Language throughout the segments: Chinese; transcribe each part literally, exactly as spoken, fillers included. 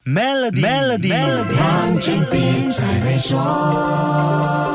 Melody， Melody， Melody， 黄俊斌才会说。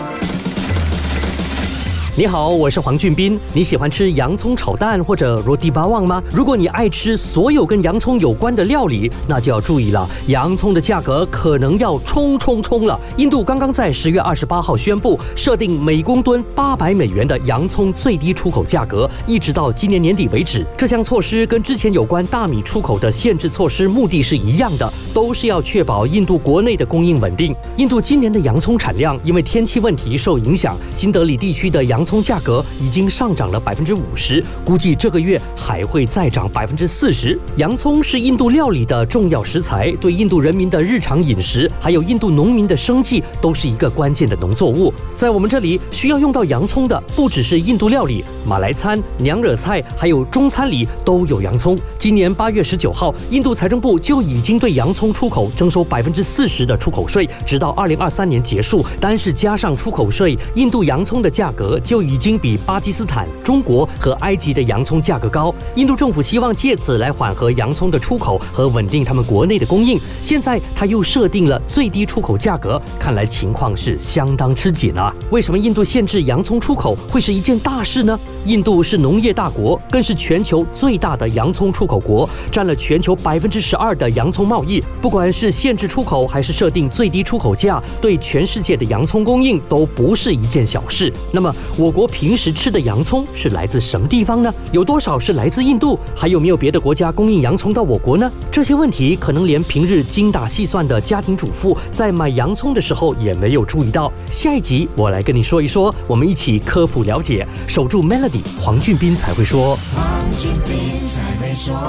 你好，我是黄俊斌。你喜欢吃洋葱炒蛋或者roti bawang吗？如果你爱吃所有跟洋葱有关的料理，那就要注意了，洋葱的价格可能要冲冲冲了。印度刚刚在十月二十八号宣布，设定每公吨八百美元的洋葱最低出口价格，一直到今年年底为止。这项措施跟之前有关大米出口的限制措施目的是一样的，都是要确保印度国内的供应稳定。印度今年的洋葱产量因为天气问题受影响，新德里地区的洋葱价格已经上涨了百分之五十，估计这个月还会再涨百分之四十。洋葱是印度料理的重要食材，对印度人民的日常饮食，还有印度农民的生计，都是一个关键的农作物。在我们这里需要用到洋葱的，不只是印度料理，马来餐、娘惹菜，还有中餐里都有洋葱。今年八月十九号，印度财政部就已经对洋葱出口征收百分之四十的出口税，直到二零二三年结束。单是加上出口税，印度洋葱的价格就已经比巴基斯坦、中国和埃及的洋葱价格高。印度政府希望借此来缓和洋葱的出口和稳定他们国内的供应。现在他又设定了最低出口价格，看来情况是相当吃紧啊。为什么印度限制洋葱出口会是一件大事呢？印度是农业大国，更是全球最大的洋葱出口国，占了全球百分之十二的洋葱贸易。不管是限制出口还是设定最低出口价，对全世界的洋葱供应都不是一件小事。那么我国平时吃的洋葱是来自什么地方呢？有多少是来自印度？还有没有别的国家供应洋葱到我国呢？这些问题可能连平日精打细算的家庭主妇在买洋葱的时候也没有注意到。下一集我来跟你说一说，我们一起科普了解。守住 Melody， 黄俊斌才会说。 黄俊斌才会说。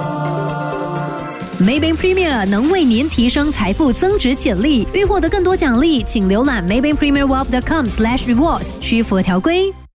Maybank Premier 能为您提升财富增值潜力。欲获得更多奖励，请浏览 maybank premier wealth dot com slash rewards， 需符合条规。